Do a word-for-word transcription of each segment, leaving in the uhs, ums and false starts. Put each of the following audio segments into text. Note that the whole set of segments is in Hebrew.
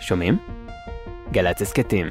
שומעים? גל"צ הסכתים.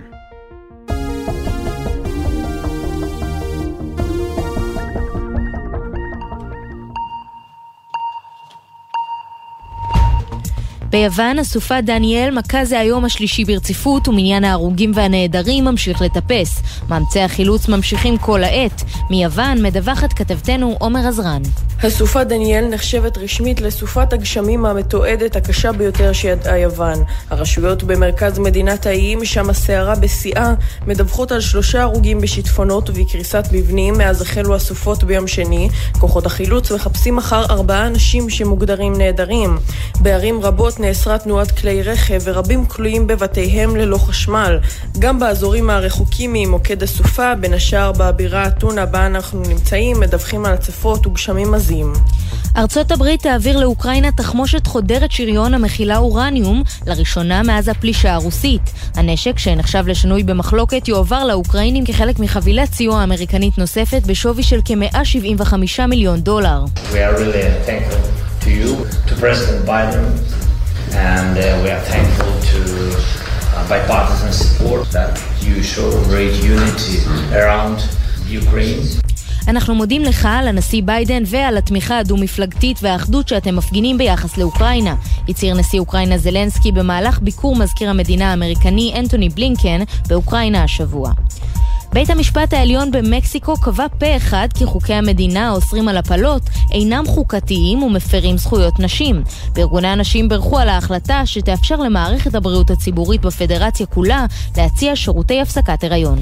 ביוון, הסופה דניאל מכה זה היום השלישי ברציפות, ומניין ההרוגים והנעדרים ממשיך לטפס. מאמצי החילוץ ממשיכים כל העת. מיוון מדווחת כתבתנו עומר עזרן. הסופה דניאל נחשבת רשמית לסופת הגשמים המתועדת הקשה ביותר שידעה יוון. הרשויות במרכז מדינת האיים, שם הסערה בשיאה, מדווחות על שלושה הרוגים בשיטפונות ובקריסת מבנים מאז החלו הסופות ביום שני. כוחות החילוץ מחפשים אחר ארבעה אנשים שמוגדרים נעדרים. בערים רבות נאסרה תנועת כלי רכב ורבים כלואים בבתיהם ללא חשמל. גם באזורים הרחוקים ממוקד הסופה, בין השאר בבירה אתונה בה אנחנו נמצאים, מדווחים על הצפות וגשמים עזים. ארצות הברית תעביר לאוקראינה תחמושת חודרת שריון המכילה אורניום, לראשונה מאז הפלישה הרוסית. הנשק, שנחשב לשינוי במחלוקת, יועבר לאוקראינים כחלק מחבילת סיוע אמריקנית נוספת בשווי של כ-מאה שבעים וחמישה מיליון דולר. We are really thankful to you, to President Biden, and uh, we are thankful to uh, bipartisan support that you show great unity around Ukraine. אנחנו מודים לך, לנשיא ביידן, ועל התמיכה הדו-מפלגתית והאחדות שאתם מפגינים ביחס לאוקראינה. הצהיר נשיא אוקראינה זלנסקי במהלך ביקור מזכיר המדינה האמריקני אנטוני בלינקן באוקראינה השבוע. בית המשפט העליון במקסיקו קבע פה אחד כי חוקי המדינה האוסרים על הפלות אינם חוקתיים ומפרים זכויות נשים. בארגוני הנשים ברכו על ההחלטה שתאפשר למערכת הבריאות הציבורית בפדרציה כולה להציע שירותי הפסקת הריון.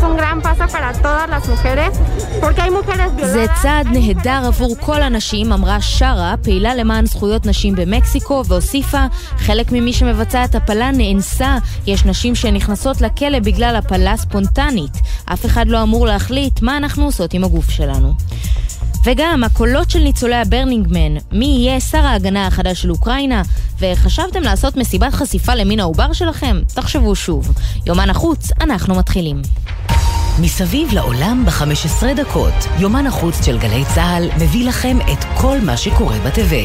זה צעד נהדר עבור כל הנשים, אמרה שרה, פעילה למען זכויות נשים במקסיקו, והוסיפה, חלק ממי שמבצע את הפלה נאנסה. יש נשים שנכנסות לכלא בגלל הפלה ספונטנית. אף אחד לא אמור להחליט מה אנחנו עושות עם הגוף שלנו. וגם הקולות של ניצולי הברנינגמן, מי יהיה שר ההגנה החדש של אוקראינה, וחשבתם לעשות מסיבת חשיפה למין העובר שלכם? תחשבו שוב. יומן החוץ, אנחנו מתחילים. מסביב לעולם ב-חמש עשרה דקות, יומן החוץ של גלי צהל מביא לכם את כל מה שקורה בתבל.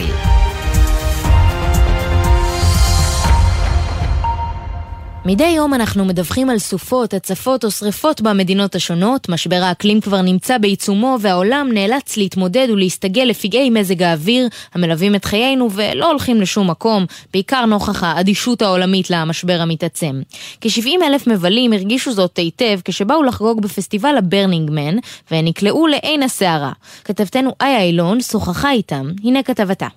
מדי יום אנחנו מדווחים על סופות, הצפות או שריפות במדינות השונות. משבר האקלים כבר נמצא בעיצומו, והעולם נאלץ להתמודד ולהסתגל לפגעי מזג האוויר המלווים את חיינו ולא הולכים לשום מקום, בעיקר נוכח האדישות העולמית למשבר המתעצם. כ-שבעים אלף מבלים הרגישו זאת היטב כשבאו לחגוג בפסטיבל הברנינגמן ונקלעו לעין הסערה. כתבתנו איה אילון שוחחה איתם, הנה כתבתה.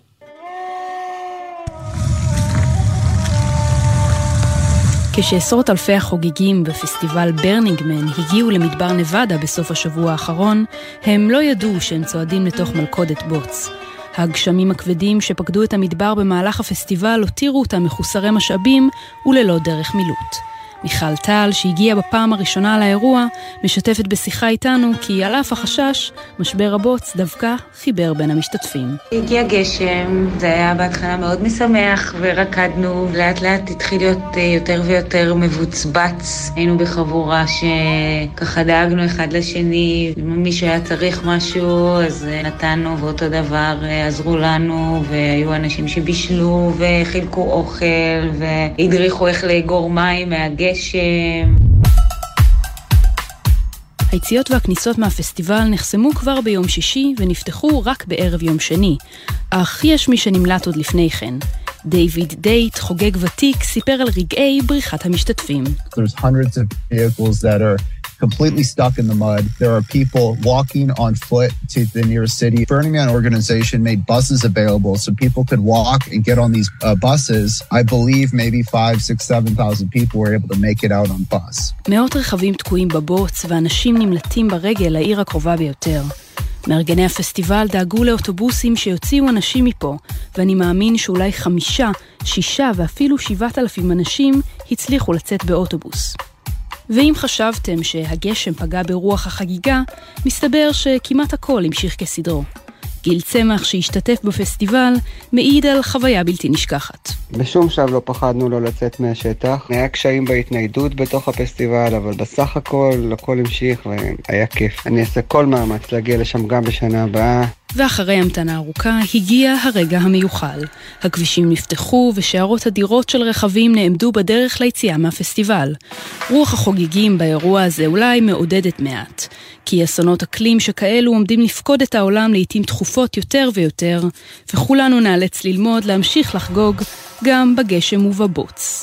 כשעשרות אלפי החוגגים בפסטיבל ברנינגמן הגיעו למדבר נבדה בסוף השבוע האחרון, הם לא ידעו שהם צועדים לתוך מלכודת בוץ. הגשמים הכבדים שפקדו את המדבר במהלך הפסטיבל הותירו אותם מחוסרי משאבים וללא דרך מילוט. מיכל טל, שהגיעה בפעם הראשונה לאירוע, משתפת בשיחה איתנו כי על אף החשש, משבר הבוץ דווקא חיבר בין המשתתפים. הגיע גשם, זה היה בהתחלה מאוד משמח ורקדנו, לאט לאט התחיל להיות יותר ויותר מבוצבץ. היינו בחבורה שככה דאגנו אחד לשני, אם מישהו היה צריך משהו אז נתנו, ואותו דבר עזרו לנו, והיו אנשים שבישלו וחילקו אוכל והדריכו איך לאגור מים מהגשם. היציאות והכניסות מהפסטיבל נחסמו כבר ביום שישי ונפתחו רק בערב יום שני, אך יש מי שנמלט עוד לפני כן. דיוויד דייט, חוגג ותיק, סיפר על רגעי בריחת המשתתפים. There's hundreds of vehicles that are completely stuck in the mud. There are people walking on foot to the nearest city. Burning Man organization made buses available so people could walk and get on these uh, buses. I believe maybe five, six, seven thousand people were able to make it out on bus. מאות רכבים תקועים בבוץ ואנשים נמלטים ברגל לעיר הקרובה ביותר. מארגני הפסטיבל דאגו לאוטובוסים שיוציאו אנשים מפה, ואני מאמין שאולי חמישה, שישה ואפילו שבעת אלפים אנשים הצליחו לצאת באוטובוס. ואם חשבתם שהגשם פגע ברוח החגיגה, מסתבר שכמעט הכל המשיך כסדרו. גיל צמח שהשתתף בפסטיבל מעיד על חוויה בלתי נשכחת. בשום שלב לא פחדנו לא לצאת מהשטח. היה קשיים בהתניידות בתוך הפסטיבל, אבל בסך הכל הכל המשיך והיה כיף. אני אעשה כל מאמץ להגיע לשם גם בשנה הבאה. ואחרי המתנה ארוכה הגיע הרגע המיוחל. הכבישים נפתחו ושערות הדירות של רכבים נעמדו בדרך ליציאה מהפסטיבל. רוח החוגגים באירוע הזה אולי מעודדת מעט, כי אסונות אקלים שכאלו עומדים לפקוד את העולם לעתים תכופות יותר ויותר, וכולנו נאלץ ללמוד להמשיך לחגוג גם בגשם ובבוץ.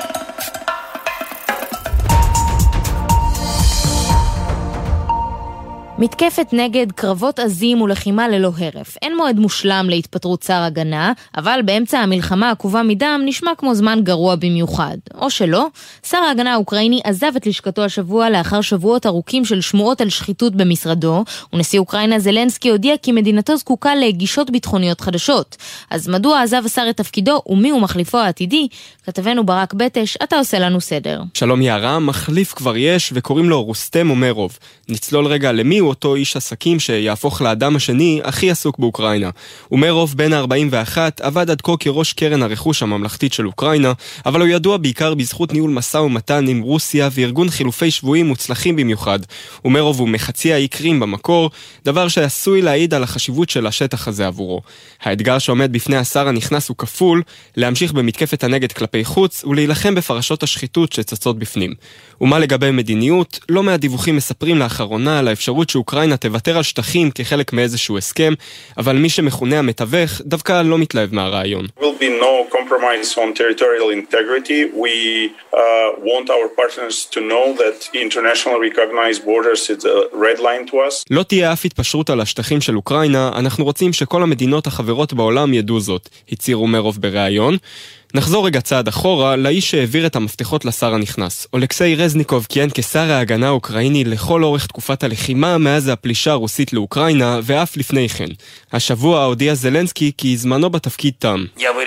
מתקפת נגד, קרבות עזים ולחימה ללא הרף. אין מועד מושלם להתפטרות שר הגנה, אבל באמצע המלחמה העקובה מדם נשמע כמו זמן גרוע במיוחד. או שלא, שר ההגנה האוקראיני עזב את לשכתו השבוע לאחר שבועות ארוכים של שמועות על שחיתות במשרדו, ונשיא אוקראינה זלנסקי הודיע כי מדינתו זקוקה לגישות ביטחוניות חדשות. אז מדוע עזב השר את תפקידו ומי הוא מחליפו העתידי? כתבנו ברק בטש, אתה עושה לנו סדר. שלום יערה, מחליף כבר יש וקוראים לו רוסטם אומרוב. נצלול רגע למי הוא אותו איש עסקים שיהפוך לאדם השני הכי עסוק באוקראינה. אומרוב בן ה-ארבעים ואחת עבד עד כה כראש קרן הרכוש הממלכתית של אוקראינה, אבל הוא ידוע בעיקר בזכות ניהול מסע ומתן עם רוסיה וארגון חילופי שבויים מוצלחים במיוחד. אומרוב הוא מחצי האי קרים במקור, דבר שעשוי להעיד על החשיבות של השטח הזה עבורו. האתגר שעומד בפני השר הנכנס הוא כפול, להמשיך במתקפת הנגד כלפי חוץ ולהילחם בפרשות השחיתות שצצות בפנים. ומה לגבי מדיניות? לא מהדיווחים מספרים לאחרונה על האפשרות שאוקראינה תוותר על שטחים כחלק מאיזשהו הסכם, אבל מי שמכונה המתווך דווקא לא מתלהב מהרעיון. Will be no compromise on territorial integrity. We uh, want our partners to know that international recognized borders is a red line to us. לא תהיה אף התפשרות על השטחים של אוקראינה, אנחנו רוצים שכל המדינות החברות בעולם ידעו זאת, הצהיר אומרוב בראיון. נחזור רגע צעד אחורה לאיש שהעביר את המפתחות לשר הנכנס. אולקסי רזניקוב כיהן כשר ההגנה האוקראיני לכל אורך תקופת הלחימה מאז הפלישה הרוסית לאוקראינה ואף לפני כן. השבוע הודיע זלנסקי כי זמנו בתפקיד תם.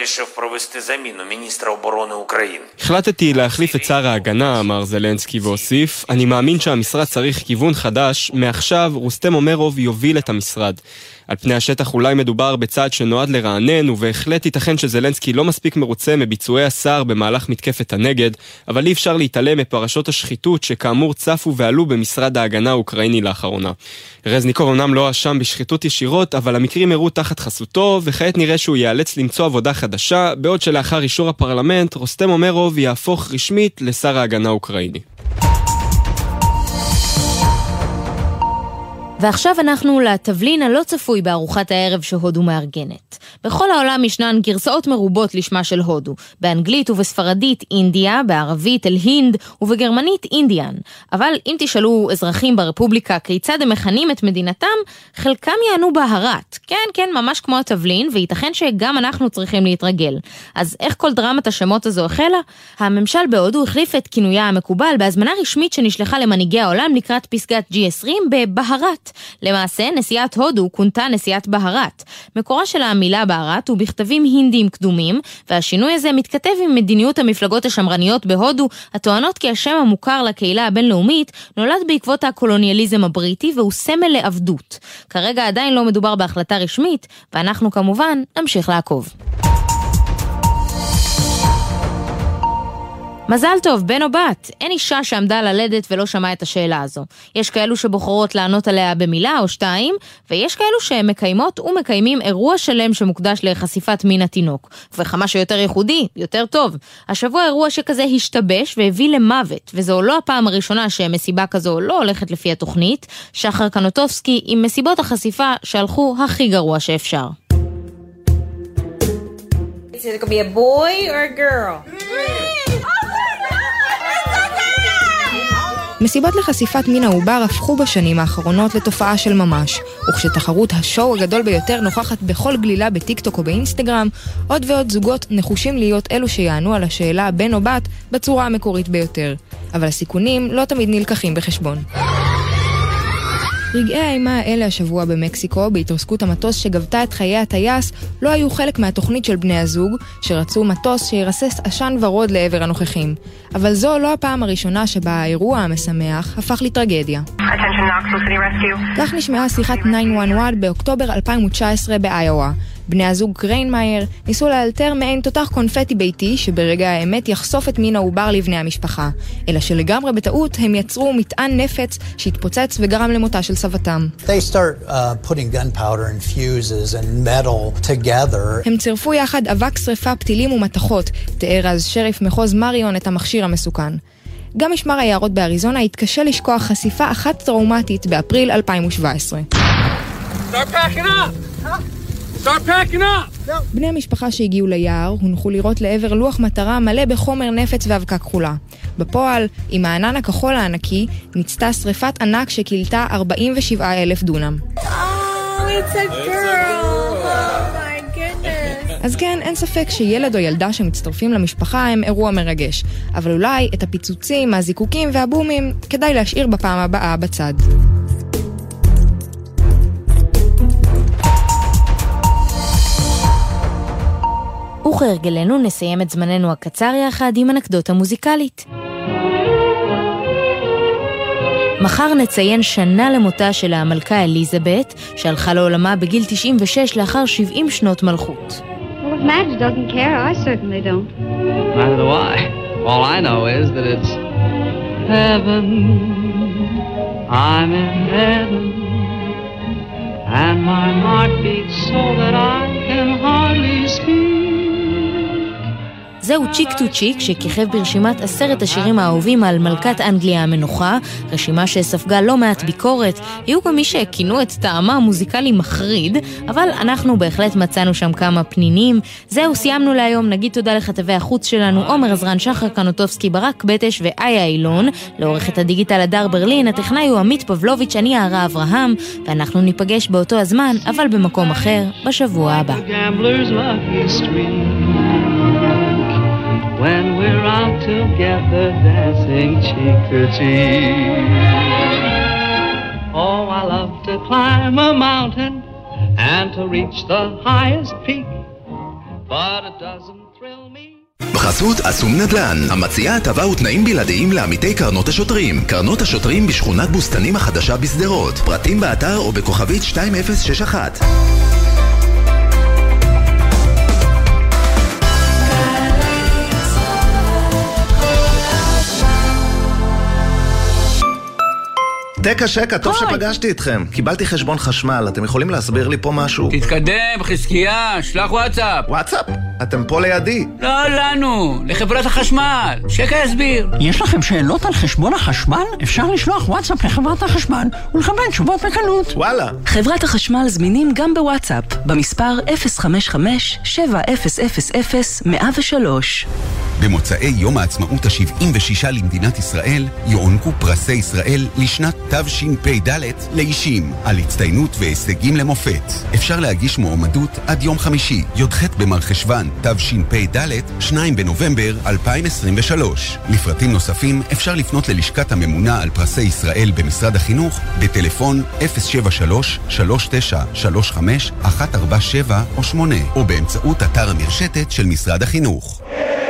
החלטתי להחליף את שר ההגנה, אמר זלנסקי והוסיף, אני מאמין שהמשרד צריך כיוון חדש, מעכשיו רוסטם אומרוב יוביל את המשרד. על פני השטח אולי מדובר בצעד שנועד לרענן, ובהחלט ייתכן שזלנסקי לא מספיק מרוצה מביצועי השר במהלך מתקפת הנגד, אבל אי אפשר להתעלם מפרשות השחיתות שכאמור צפו ועלו במשרד ההגנה האוקראיני לאחרונה. רזניקוב אומנם לא אשם בשחיתות ישירות, אבל המקרים הראו תחת חסותו, וכעת נראה שהוא ייאלץ למצוא עבודה חדשה, בעוד שלאחר אישור הפרלמנט, רוסטם אומרוב יהפוך רשמית לשר ההגנה האוקראיני. ועכשיו אנחנו לתבלין הלא צפוי בארוחת הערב שהודו מארגנת. בכל העולם ישנן גרסאות מרובות לשמה של הודו. באנגלית ובספרדית אינדיה, בערבית אל הינד ובגרמנית אינדיאן. אבל אם תשאלו אזרחים ברפובליקה כיצד הם מכנים את מדינתם, חלקם יענו בהרת. כן, כן, ממש כמו התבלין, וייתכן שגם אנחנו צריכים להתרגל. אז איך כל דרמת השמות הזו החלה? הממשל בהודו החליף את כינויה המקובל בהזמנה רשמית שנשלחה למנהיגי העולם לקראת פסגת ג'י עשרים בבהרת. למעשה, נשיאת הודו כונתה נשיאת בהרת. מקורה של המילה בהרת הוא בכתבים הינדים קדומים, והשינוי הזה מתכתב עם מדיניות המפלגות השמרניות בהודו, הטוענות כי השם המוכר לקהילה הבינלאומית נולד בעקבות הקולוניאליזם הבריטי והוא סמל לעבדות. כרגע עדיין לא מדובר בהחלטה רשמית, ואנחנו כמובן נמשיך לעקוב. מזל טוב, בן או בת. אין אישה שעמדה ללדת ולא שמעה את השאלה הזו. יש כאלו שבוחרות לענות עליה במילה או שתיים, ויש כאלו שמקיימות ומקיימים אירוע שלם שמוקדש לחשיפת מין התינוק. וכמה שיותר ייחודי, יותר טוב. השבוע אירוע שכזה השתבש והביא למוות, וזו לא הפעם הראשונה שמסיבה כזו לא הולכת לפי התוכנית. שחר קנוטובסקי עם מסיבות החשיפה שהלכו הכי גרוע שאפשר. Is it gonna be a boy or a girl? מסיבות לחשיפת מין העובר הפכו בשנים האחרונות לתופעה של ממש, וכשתחרות השואו הגדול ביותר נוכחת בכל גלילה בטיקטוק או באינסטגרם, עוד ועוד זוגות נחושים להיות אלו שיענו על השאלה בן או בת בצורה המקורית ביותר. אבל הסיכונים לא תמיד נלקחים בחשבון. רגעי האימה האלה השבוע במקסיקו, בהתרסקות המטוס שגבתה את חיי הטייס, לא היו חלק מהתוכנית של בני הזוג, שרצו מטוס שירסס עשן ורוד לעבר הנוכחים. אבל זו לא הפעם הראשונה שבה האירוע המשמח הפך לטרגדיה. כך נשמעה שיחת תשע אחת אחת באוקטובר אלפיים תשע עשרה באיואה. בני הזוג קריינמאייר ניסו לאלתר מעין תותח קונפטי ביתי שברגע האמת יחשוף את מין העובר לבני המשפחה, אלא שלגמרי בטעות הם יצרו מטען נפץ שהתפוצץ וגרם למותה של סבתם. They start uh, putting gunpowder and fuses and metal together. הם צירפו יחד אבק שריפה, פתילים ומתכות, תיאר אז שריף מחוז מריון את המכשיר המסוכן. גם משמר היערות באריזונה התקשה לשכוח חשיפה אחת טראומטית באפריל אלפיים שבע עשרה. Start packing up! Start packing up! בני המשפחה שהגיעו ליער הונחו לראות לעבר לוח מטרה מלא בחומר נפץ ואבקה כחולה. בפועל, עם הענן הכחול הענקי, נצתה שריפת ענק שקילתה ארבעים ושבעה אלף דונם. Oh, it's a girl! Oh my goodness! אז כן, אין ספק שילד או ילדה שמצטרפים למשפחה הם אירוע מרגש, אבל אולי את הפיצוצים, הזיקוקים והבומים כדאי להשאיר בפעם הבאה בצד. וכהרגלנו נסיים את זמננו הקצר יחד עם אנקדוטה מוזיקלית. מחר נציין שנה למותה של המלכה אליזבת, שהלכה לעולמה בגיל תשעים ושש לאחר שבעים שנות מלכות. Well, if Madge doesn't care, I certainly don't. Neither do I. All I know is that it's heaven. I'm in heaven. And my heart beats so that I can hardly speak. זהו צ'יק טו צ'יק שכיכב ברשימת עשרת השירים האהובים על מלכת אנגליה המנוחה, רשימה שספגה לא מעט ביקורת. היו גם מי שכינו את טעמה המוזיקלי מחריד, אבל אנחנו בהחלט מצאנו שם כמה פנינים. זהו, סיימנו להיום. נגיד תודה לכתבי החוץ שלנו, עומר עזרן, שחר קנוטובסקי, ברק בטש ואיה אילון. לעורכת הדיגיטל הדר ברלין, הטכנאי הוא עמית פבלוביץ', אני הערה אברהם, ואנחנו ניפגש באותו הזמן, אבל במקום אחר, בשבוע הבא. When we're out together dancing cheek to cheek. Oh, I love to climb a mountain and to reach the highest peak, but it doesn't thrill me. בחסות אסום נדל"ן, המציעה הטבה ותנאים בלעדיים לעמיתי קרנות השוטרים. קרנות השוטרים בשכונת בוסתנים החדשה בשדרות. פרטים באתר או בכוכבית שתיים אפס שש אחת. תקה שקה, טוב שפגשתי אתכם. קיבלתי חשבון חשמל, אתם יכולים להסביר לי פה משהו? תתקדם, חזקיה, שלח וואטסאפ. וואטסאפ? אתם פה לידי. לא לנו, לחברת החשמל. שקה יסביר. יש לכם שאלות על חשבון החשמל? אפשר לשלוח וואטסאפ לחברת החשמל ולקבל תשובות בקלות. וואלה. חברת החשמל זמינים גם בוואטסאפ, במספר אפס חמש חמש שבע אפס אפס אפס מאה ושלוש. במוצאי יום העצמאות ה-שבעים ושש למדינת ישראל יוענקו פרסי ישראל לשנת תשפ"ד לאישים על הצטיינות והישגים למופת. אפשר להגיש מועמדות עד יום חמישי, י"ח במרחשוון תשפ"ד, השני בנובמבר אלפיים עשרים ושלוש. לפרטים נוספים אפשר לפנות ללשכת הממונה על פרסי ישראל במשרד החינוך בטלפון אפס שבע שלוש שלוש תשע שלוש חמש אחת ארבע שבע או שמונה, או באמצעות אתר המרשתת של משרד החינוך.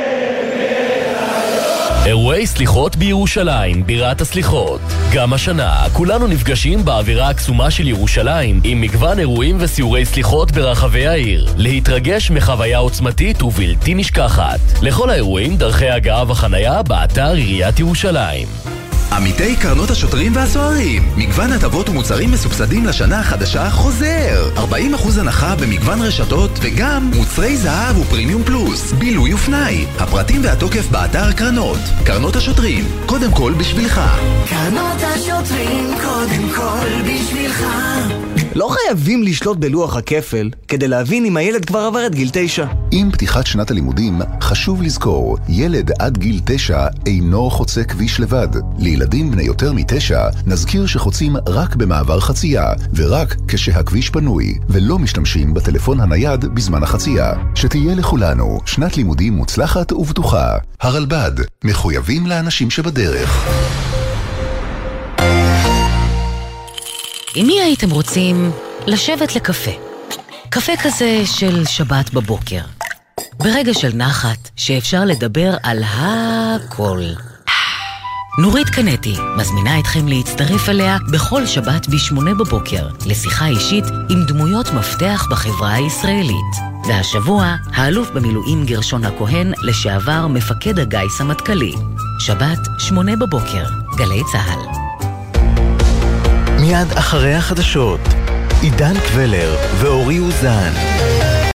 אירועי סליחות בירושלים, בירת הסליחות. גם השנה, כולנו נפגשים באווירה הקסומה של ירושלים, עם מגוון אירועים וסיורי סליחות ברחבי העיר. להתרגש מחוויה עוצמתית ובלתי נשכחת. לכל האירועים, דרכי הגעה וחנייה באתר עיריית ירושלים. עמיתי קרנות השוטרים והסוהרים, מגוון הטבות ומוצרים מסובסדים לשנה החדשה חוזר. ארבעים אחוז הנחה במגוון רשתות וגם מוצרי זהב ופרימיום פלוס, בילוי ופנאי. הפרטים והתוקף באתר קרנות. קרנות השוטרים, קודם כל בשבילך. קרנות השוטרים, קודם כל בשבילך. לא חייבים לשלוט בלוח הכפל כדי להבין אם הילד כבר עבר את גיל תשע. עם פתיחת שנת הלימודים חשוב לזכור, ילד עד גיל תשע אינו חוצה כביש לבד. לילדים בני יותר מתשע נזכיר שחוצים רק במעבר חצייה ורק כשהכביש פנוי, ולא משתמשים בטלפון הנייד בזמן החצייה. שתהיה לכולנו שנת לימודים מוצלחת ובטוחה. הרלב"ד, מחויבים לאנשים שבדרך. עם מי הייתם רוצים לשבת לקפה? קפה כזה של שבת בבוקר. ברגע של נחת שאפשר לדבר על הכל. נורית קנטי מזמינה אתכם להצטרף אליה בכל שבת בשמונה בבוקר לשיחה אישית עם דמויות מפתח בחברה הישראלית. והשבוע, האלוף במילואים גרשון הכהן לשעבר מפקד הגיס המטכ"לי. שבת, שמונה בבוקר, גלי צהל. מיד אחרי החדשות, עידן קבלר ואורי אוזן.